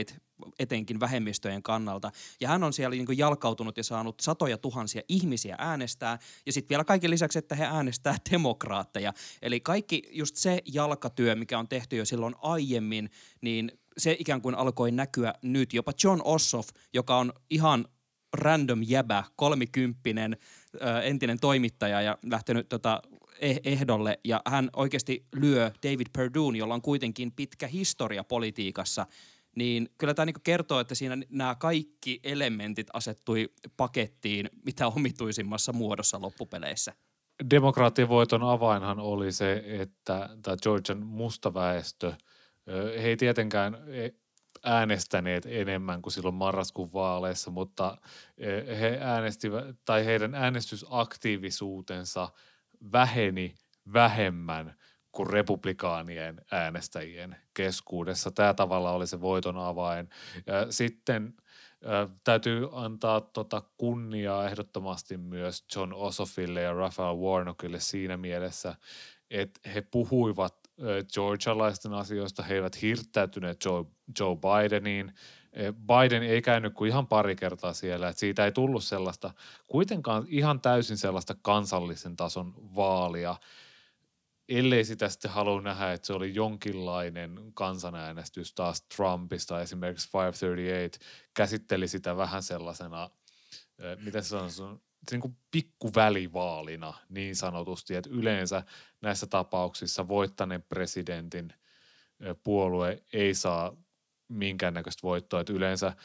etenkin vähemmistöjen kannalta. Ja hän on siellä niin kuin jalkautunut ja saanut satoja tuhansia ihmisiä äänestää. Ja sitten vielä kaiken lisäksi, että he äänestää demokraatteja. Eli kaikki just se jalkatyö, mikä on tehty jo silloin aiemmin, niin se ikään kuin alkoi näkyä nyt. Jopa John Ossoff, joka on ihan random jäbä, kolmikymppinen entinen toimittaja ja lähtenyt tota ehdolle, ja hän oikeasti lyö David Perdue'n, jolla on kuitenkin pitkä historia politiikassa, niin kyllä tämä niinku kertoo, että siinä nämä kaikki elementit asettui pakettiin mitä omituisimmassa muodossa loppupeleissä. Demokraattien voiton avainhan oli se, että tämä Georgian musta väestö, he ei tietenkään äänestäneet enemmän kuin silloin marraskuun vaaleissa, mutta he äänestivät, tai heidän äänestysaktiivisuutensa väheni vähemmän kuin republikaanien äänestäjien keskuudessa. Tämä tavalla oli se voiton avain. Ja sitten äh, täytyy antaa tota kunniaa ehdottomasti myös John Ossoffille ja Raphael Warnockille siinä mielessä, että he puhuivat äh, georgialaisten asioista, he eivät hirttäytyneet Joe, Joe Bideniin. Biden ei käynyt kuin ihan pari kertaa siellä, että siitä ei tullut sellaista, kuitenkaan ihan täysin sellaista kansallisen tason vaalia, ellei sitä sitten halua nähdä, että se oli jonkinlainen kansanäänestys taas Trumpista. Esimerkiksi viisi kolmekymmentäkahdeksan käsitteli sitä vähän sellaisena, miten se sanotaan, niin kuin pikkuvälivaalina niin sanotusti, että yleensä näissä tapauksissa voittaneen presidentin puolue ei saa minkäännäköistä voittoa, että yleensä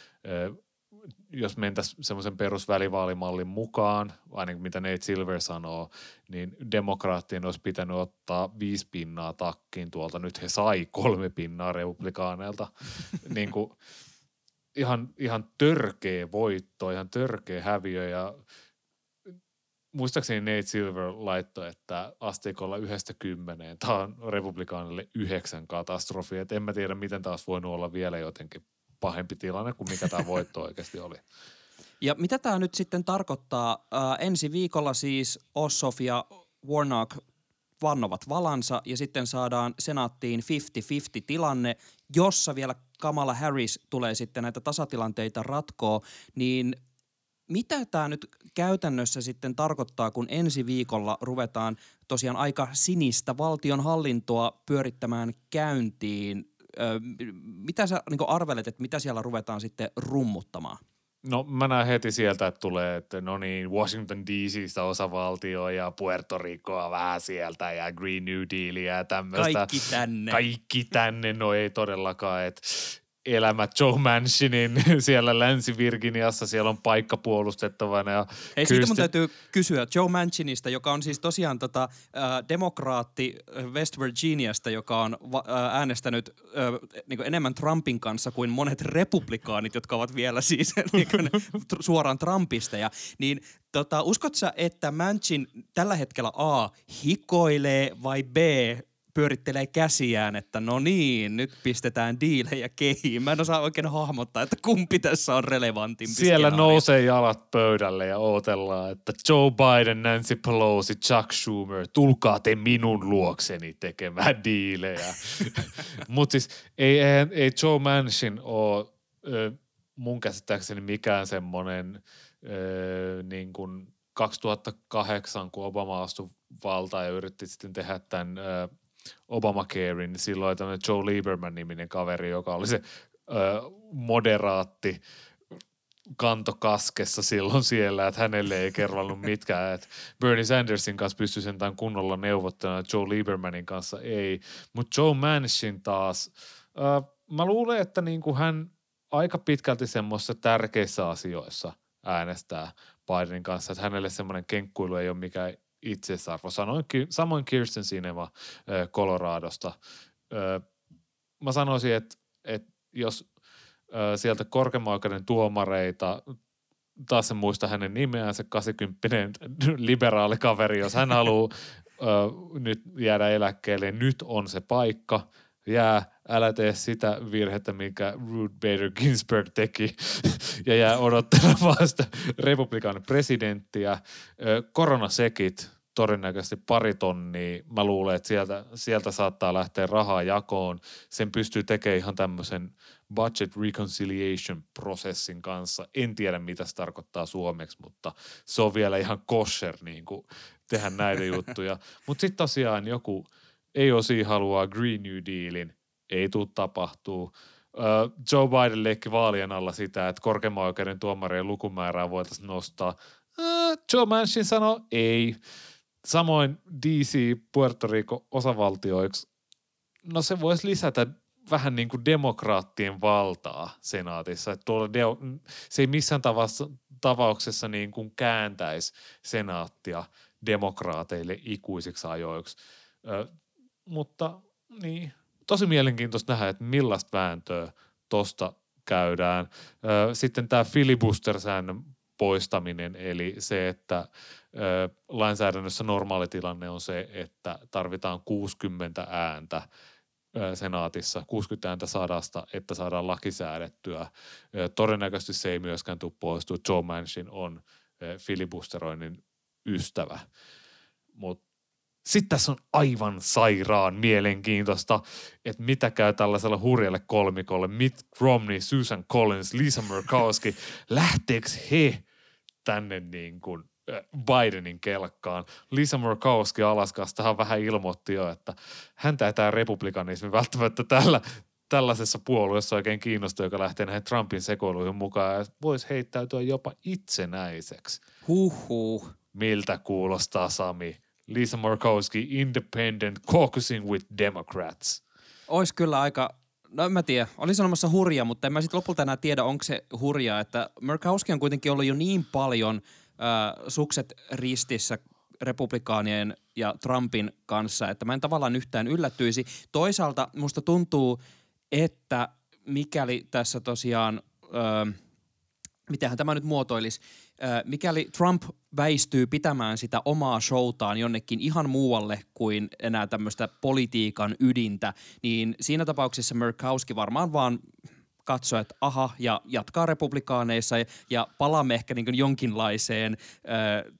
jos mentäisiin semmoisen perusvälivaalimallin mukaan, ainakin mitä Nate Silver sanoo, niin demokraattien olisi pitänyt ottaa viisi pinnaa takkiin tuolta. Nyt he sai kolme pinnaa republikaaneilta. niin kuin ihan, ihan törkeä voitto, ihan törkeä häviö ja muistaakseni Nate Silver laittoi, että asteikolla yhdestä kymmeneen. Tämä on republikaanille yhdeksän katastrofi. Et en mä tiedä, miten taas voinut olla vielä jotenkin pahempi tilanne kuin mikä tämä voitto oikeasti oli. Ja mitä tämä nyt sitten tarkoittaa? Ää, ensi viikolla siis Ossoff ja Warnock vannovat valansa ja sitten saadaan senaattiin viisikymmentä viisikymmentä tilanne, jossa vielä Kamala Harris tulee sitten näitä tasatilanteita ratkoo, niin mitä tämä nyt käytännössä sitten tarkoittaa, kun ensi viikolla ruvetaan tosiaan aika sinistä valtionhallintoa pyörittämään käyntiin? Öö, mitä sä niin kuin arvelet, että mitä siellä ruvetaan sitten rummuttamaan? No mä näen heti sieltä, että tulee, että no niin, Washington D C:stä osavaltio ja Puerto Ricoa vähän sieltä ja Green New Dealia ja tämmöistä. Kaikki tänne. Kaikki tänne, no ei todellakaan, että elämä Joe Manchinin siellä Länsi-Virginiassa, siellä on paikka puolustettavana. Ja Hei, siitä mun täytyy kysyä Joe Manchinista, joka on siis tosiaan tota, äh, demokraatti West Virginiasta, joka on va- äh, äänestänyt äh, niin kuin enemmän Trumpin kanssa kuin monet republikaanit, jotka ovat vielä siis niin kuin, suoraan Trumpisteja. Niin tota, uskot sä, että Manchin tällä hetkellä A hikoilee vai B pyörittelee käsiään, että no niin, nyt pistetään diilejä kehiin. Mä en osaa oikein hahmottaa, että kumpi tässä on relevantimpi. Siellä skenaario. Nousee jalat pöydälle ja odotellaan, että Joe Biden, Nancy Pelosi, Chuck Schumer, tulkaa te minun luokseni tekemään diilejä. Mutta siis ei, ei, ei Joe Manchin ole mun käsittääkseni mikään semmoinen niin kuin kaksituhattakahdeksan, kun Obama astui valtaan ja yritti sitten tehdä tämän Obamacaren, niin silloin tämmöinen Joe Lieberman-niminen kaveri, joka oli se ö, moderaatti kantokaskessa silloin siellä, että hänelle ei kervannut mitkään. Että Bernie Sandersin kanssa pystyi sentään kunnolla neuvottelemaan, Joe Liebermanin kanssa ei. Mutta Joe Manchin taas, ö, mä luulen, että niinku hän aika pitkälti semmoisissa tärkeissä asioissa äänestää Bidenin kanssa, että hänelle semmoinen kenkkuilu ei ole mikään itseisarvo. Sanoin, samoin Kirsten Sinema Coloradosta. Mä sanoisin, että, että jos sieltä korkeimman oikeuden tuomareita, taas en muista hänen nimeään, se kahdeksankymppinen liberaalikaveri, jos hän haluaa nyt jäädä eläkkeelle, nyt on se paikka. Jää, älä tee sitä virhettä, minkä Ruth Bader Ginsburg teki ja jää odottelemaan sitä republikaanin presidenttiä. Koronasekit todennäköisesti pari tonnia. Mä luulen, että sieltä, sieltä saattaa lähteä rahaa jakoon. Sen pystyy tekemään ihan tämmöisen budget reconciliation-prosessin kanssa. En tiedä, mitä se tarkoittaa suomeksi, mutta se on vielä ihan kosher niin kuin tehdä näitä juttuja. Mutta sitten tosiaan joku ei osi haluaa Green New Dealin, ei tule tapahtuu. Joe Biden leikki vaalien alla sitä, että korkeimman oikeuden tuomarien lukumäärää voitaisiin nostaa. Joe Manchin sanoi ei. Samoin D C Puerto Rico osavaltioiksi. No se voisi lisätä vähän niin kuin demokraattien valtaa senaatissa. Että tuolla deo, se ei missään tavassa, tavauksessa niin kuin kääntäisi senaattia demokraateille ikuisiksi ajoiksi. Ö, mutta niin, tosi mielenkiintoista nähdä, että millaista vääntöä tosta käydään. Ö, sitten tämä filibuster-säännön poistaminen, eli se, että ö, lainsäädännössä normaali tilanne on se, että tarvitaan kuusikymmentä ääntä ö, senaatissa, kuusikymmentä ääntä sadasta, että saadaan laki säädettyä. Ö, todennäköisesti se ei myöskään tule poistua. Joe Manchin on ö, filibusteroinnin ystävä. Mutta sitten tässä on aivan sairaan mielenkiintoista, että mitä käy tällaisella hurjalle kolmikolle. Mitt Romney, Susan Collins, Lisa Murkowski, lähteekö he tänne niin kuin Bidenin kelkkaan? Lisa Murkowski Alaskasta vähän ilmoitti jo, että häntä ei tämä republikanismi välttämättä tällä, tällaisessa puolueessa oikein kiinnostaa, joka lähtee näihin Trumpin sekoiluihin mukaan ja voisi heittäytyä jopa itsenäiseksi. Huhhuh. Miltä kuulostaa, Sami? Lisa Murkowski, independent, caucusing with Democrats. Ois kyllä aika, no en mä tiedä, olin sanomassa hurja, mutta en mä sitten lopulta enää tiedä, onko se hurjaa, että Murkowski on kuitenkin ollut jo niin paljon äh, sukset ristissä republikaanien ja Trumpin kanssa, että mä en tavallaan yhtään yllättyisi. Toisaalta musta tuntuu, että mikäli tässä tosiaan, äh, mitähän tämä nyt muotoilisi, mikäli Trump väistyy pitämään sitä omaa showtaan jonnekin ihan muualle kuin enää tämmöistä politiikan ydintä, niin siinä tapauksessa Murkowski varmaan vaan katsoo, että aha, ja jatkaa republikaaneissa ja, ja palaamme ehkä niin kuin jonkinlaiseen äh,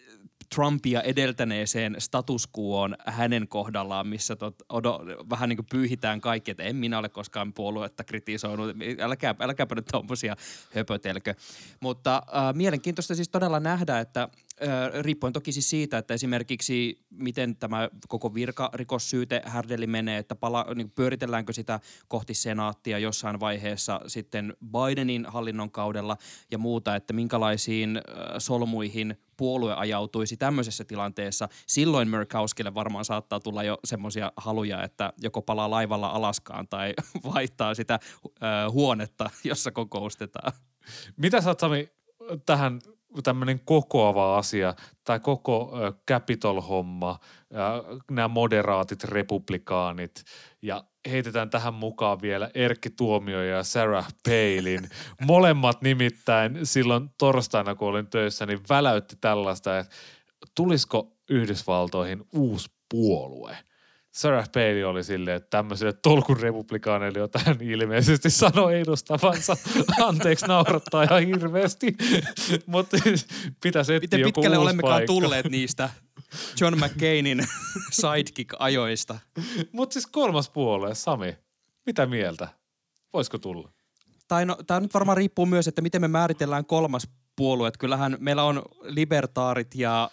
Trumpia edeltäneeseen status quoon hänen kohdallaan, missä tot, odo, vähän niin kuin pyyhitään kaikki, että en minä ole koskaan puoluetta kritisoinut, älkää, älkääpä nyt tommosia höpötelkö. Mutta äh, mielenkiintoista siis todella nähdä, että äh, riippuen toki siis siitä, että esimerkiksi miten tämä koko virkarikossyyte härdeli menee, että pala, niin pyöritelläänkö sitä kohti senaattia jossain vaiheessa sitten Bidenin hallinnon kaudella ja muuta, että minkälaisiin äh, solmuihin puolue ajautuisi tämmöisessä tilanteessa. Silloin Murkowskille varmaan saattaa tulla jo semmoisia haluja, että joko palaa laivalla Alaskaan tai vaihtaa sitä äh, huonetta, jossa kokoustetaan. Mitä sä oot, Sami, tähän tämmöinen kokoava asia, tai koko äh, Capitol-homma, äh, nämä moderaatit republikaanit, ja heitetään tähän mukaan vielä Erkki Tuomioja ja Sarah Palin. Molemmat nimittäin silloin torstaina, kun olin töissä, niin väläytti tällaista, että tulisiko Yhdysvaltoihin uusi puolue. Sarah Palin oli silleen, että tämmöisille tolkun republikaaneille, jota hän ilmeisesti sanoi edustavansa. Anteeksi, naurattaa ihan hirveästi, mutta pitäisi etsiä joku uusi paikka. Miten pitkälle olemmekaan tulleet niistä John McCainin sidekick-ajoista? Mutta siis kolmas puolue, Sami, mitä mieltä? Voisiko tulla? Tai no, tämä nyt varmaan riippuu myös, että miten me määritellään kolmas puolue. Kyllähän meillä on libertaarit ja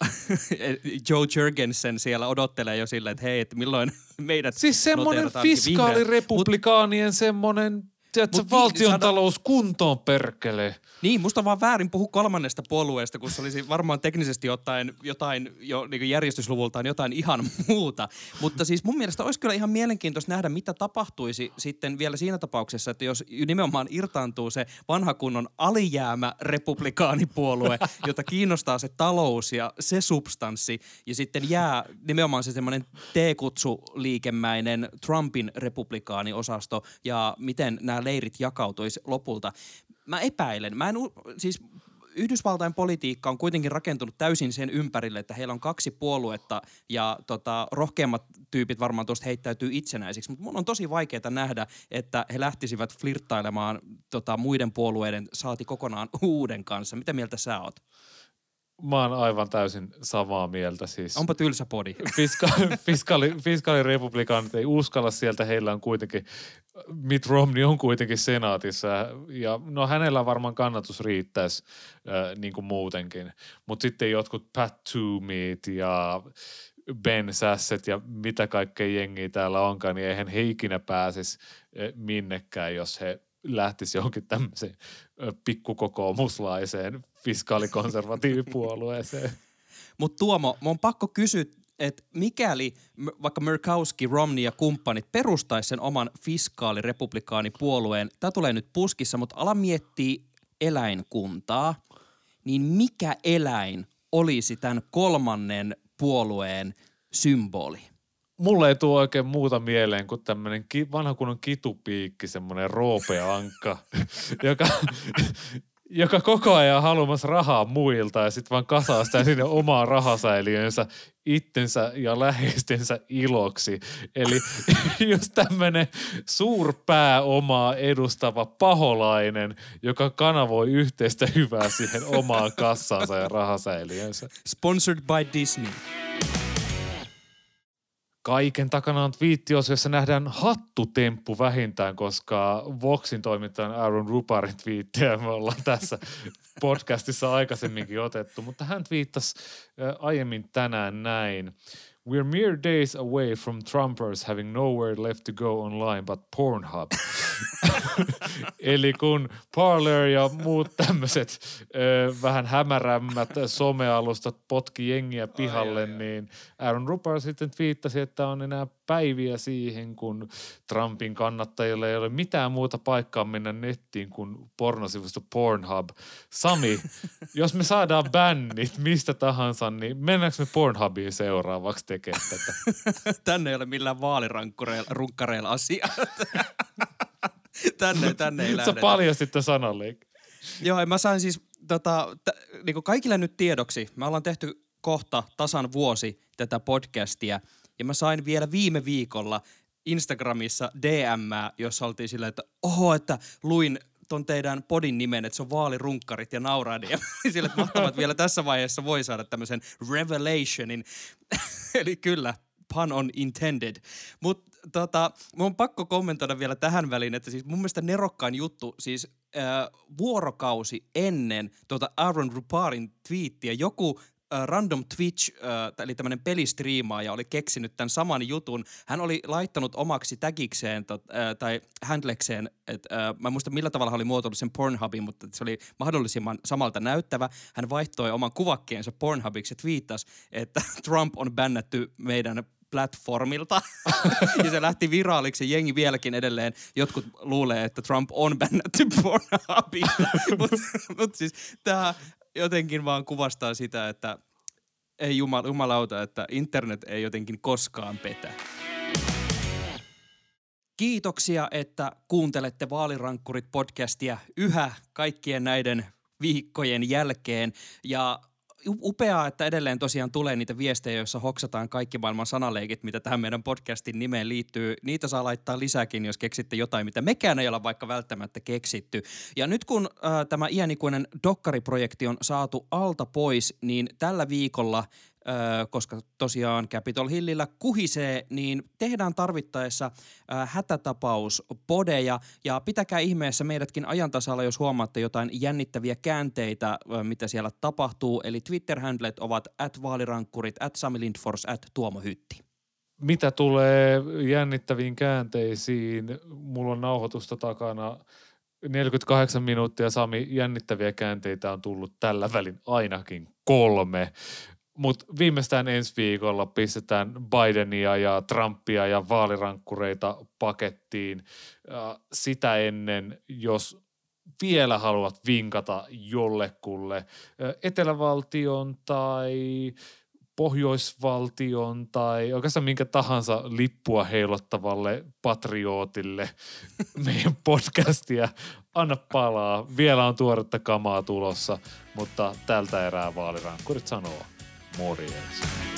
Joe Jurgensen siellä odottelee jo silleen, että hei, että milloin meidät siis semmoinen fiskaalirepublikaanien semmoinen, tiedätkö, valtiontalous kuntoon perkele. Niin, musta on vaan väärin puhua kolmannesta puolueesta, kun se olisi varmaan teknisesti jotain, jotain jo niin järjestysluvultaan jotain ihan muuta. Mutta siis mun mielestä olisi kyllä ihan mielenkiintoista nähdä, mitä tapahtuisi sitten vielä siinä tapauksessa, että jos nimenomaan irtaantuu se vanha kunnon alijäämä republikaanipuolue, jota kiinnostaa se talous ja se substanssi, ja sitten jää nimenomaan se semmoinen T-kutsuliikemäinen Trumpin republikaaniosasto, ja miten nämä leirit jakautuisi lopulta. Mä epäilen. Mä en, siis Yhdysvaltain politiikka on kuitenkin rakentunut täysin sen ympärille, että heillä on kaksi puoluetta ja tota, rohkeammat tyypit varmaan tuosta heittäytyy itsenäisiksi, mutta mun on tosi vaikeaa nähdä, että he lähtisivät flirttailemaan tota, muiden puolueiden saati kokonaan uuden kanssa. Mitä mieltä sä oot? Mä oon aivan täysin samaa mieltä siis. Onpa tylsä podi. Fiska- fiskaali, fiskaalirepublikaanit ei uskalla sieltä, heillä on kuitenkin, Mitt Romney on kuitenkin senaatissa ja no hänellä varmaan kannatus riittäisi äh, niin kuin muutenkin. Mutta sitten jotkut Pat Toomeyt ja Ben Sasset ja mitä kaikkea jengiä täällä onkaan, niin eihän he ikinä pääsisi äh, minnekään, jos he lähtisi johonkin tämmöiseen äh, pikkukokoomuslaiseen fiskaalikonservatiivipuolueeseen. Mutta Tuomo, mun on pakko kysyä, että mikäli vaikka Murkowski, Romney ja kumppanit perustaisi sen oman fiskaalirepublikaanipuolueen, tämä tulee nyt puskissa, mutta ala miettiä eläinkuntaa, niin mikä eläin olisi tämän kolmannen puolueen symboli? Mulle ei tule oikein muuta mieleen kuin tämmöinen ki- vanha kunnon kitupiikki, semmoinen roopeankka, joka, joka koko ajan haluamassa rahaa muilta ja sitten vaan kasaa sitä sinne omaa rahasäiliönsä itsensä ja läheistensä iloksi. Eli just tämmöinen suurpääomaa edustava paholainen, joka kanavoi yhteistä hyvää siihen omaan kassaansa ja rahasäiliönsä. Sponsored by Disney. Kaiken takana on twiittiosio, jossa nähdään hattutemppu vähintään, koska Voxin toimittajan Aaron Ruparin twiittejä me ollaan tässä podcastissa aikaisemminkin otettu, mutta hän twiittasi aiemmin tänään näin. We're mere days away from Trumpers having nowhere left to go online but Pornhub. Eli kun Parler ja muut tämmöiset ö, vähän hämärämmät somealustat potki jengiä pihalle, ai, ai, ai. niin Aaron Rupar sitten twiittasi, että on enää päiviä siihen, kun Trumpin kannattajille ei ole mitään muuta paikkaa mennä nettiin kuin pornosivusto Pornhub. Sami, jos me saadaan bännit mistä tahansa, niin mennäänkö me Pornhubiin seuraavaksi tekemään tätä? Tänne ei ole millään vaalirankkareilla asiaa. Tänne, tänne ei lähdetä. Sä paljastit tämän sananleikin. Joo, mä sain siis tota, t- niinku kaikille nyt tiedoksi. Me ollaan tehty kohta tasan vuosi tätä podcastia ja mä sain vielä viime viikolla Instagramissa D M:ää, jossa oltiin silleen, että oho, että luin ton teidän podin nimen, että se on vaalirunkkarit ja nauraadi. Ja sille, että mahtavat vielä tässä vaiheessa voi saada tämmöisen revelationin. Eli kyllä, pun on intended. Mutta tota, mun on pakko kommentoida vielä tähän väliin, että siis mun mielestä nerokkain juttu, siis äh, vuorokausi ennen tuota Aaron Ruparin twiittiä joku äh, random Twitch, äh, eli tämmöinen pelistriimaaja oli keksinyt tämän saman jutun. Hän oli laittanut omaksi tagikseen tot, äh, tai handlekseen, että äh, mä en muista millä tavalla hän oli muotoillut sen Pornhubin, mutta se oli mahdollisimman samalta näyttävä. Hän vaihtoi oman kuvakkeensa Pornhubiksi ja twiittasi, että Trump on bännätty meidän platformilta. Ja se lähti viraaliksi. Jengi vieläkin edelleen. Jotkut luulee, että Trump on bännätty Pornhubista. Mutta mut siis tämä jotenkin vaan kuvastaa sitä, että ei jumala, jumalauta, että internet ei jotenkin koskaan petä. Kiitoksia, että kuuntelette Vaalirankkurit-podcastia yhä kaikkien näiden viikkojen jälkeen. Ja upeaa, että edelleen tosiaan tulee niitä viestejä, joissa hoksataan kaikki maailman sanaleikit, mitä tähän meidän podcastin nimeen liittyy. Niitä saa laittaa lisääkin, jos keksitte jotain, mitä mekään ei olla vaikka välttämättä keksitty. Ja nyt kun äh, tämä iänikuinen dokkariprojekti on saatu alta pois, niin tällä viikolla Öö, koska tosiaan Capitol Hillillä kuhisee, niin tehdään tarvittaessa öö, hätätapauspodeja ja pitäkää ihmeessä meidätkin ajan tasalla, jos huomaatte jotain jännittäviä käänteitä, öö, mitä siellä tapahtuu. Eli Twitter-handlet ovat at vaalirankkurit, at Sami Lindfors, at Tuomo Hytti. Mitä tulee jännittäviin käänteisiin, mulla on nauhoitusta takana neljäkymmentäkahdeksan minuuttia, Sami, jännittäviä käänteitä on tullut tällä välin ainakin kolme. Mutta viimeistään ensi viikolla pistetään Bidenia ja Trumpia ja vaalirankkureita pakettiin. Sitä ennen, jos vielä haluat vinkata jollekulle etelävaltion tai pohjoisvaltion tai oikeastaan minkä tahansa lippua heilottavalle patriotille meidän podcastia, anna palaa. Vielä on tuoretta kamaa tulossa, mutta tältä erää vaalirankkurit sanoo morjens.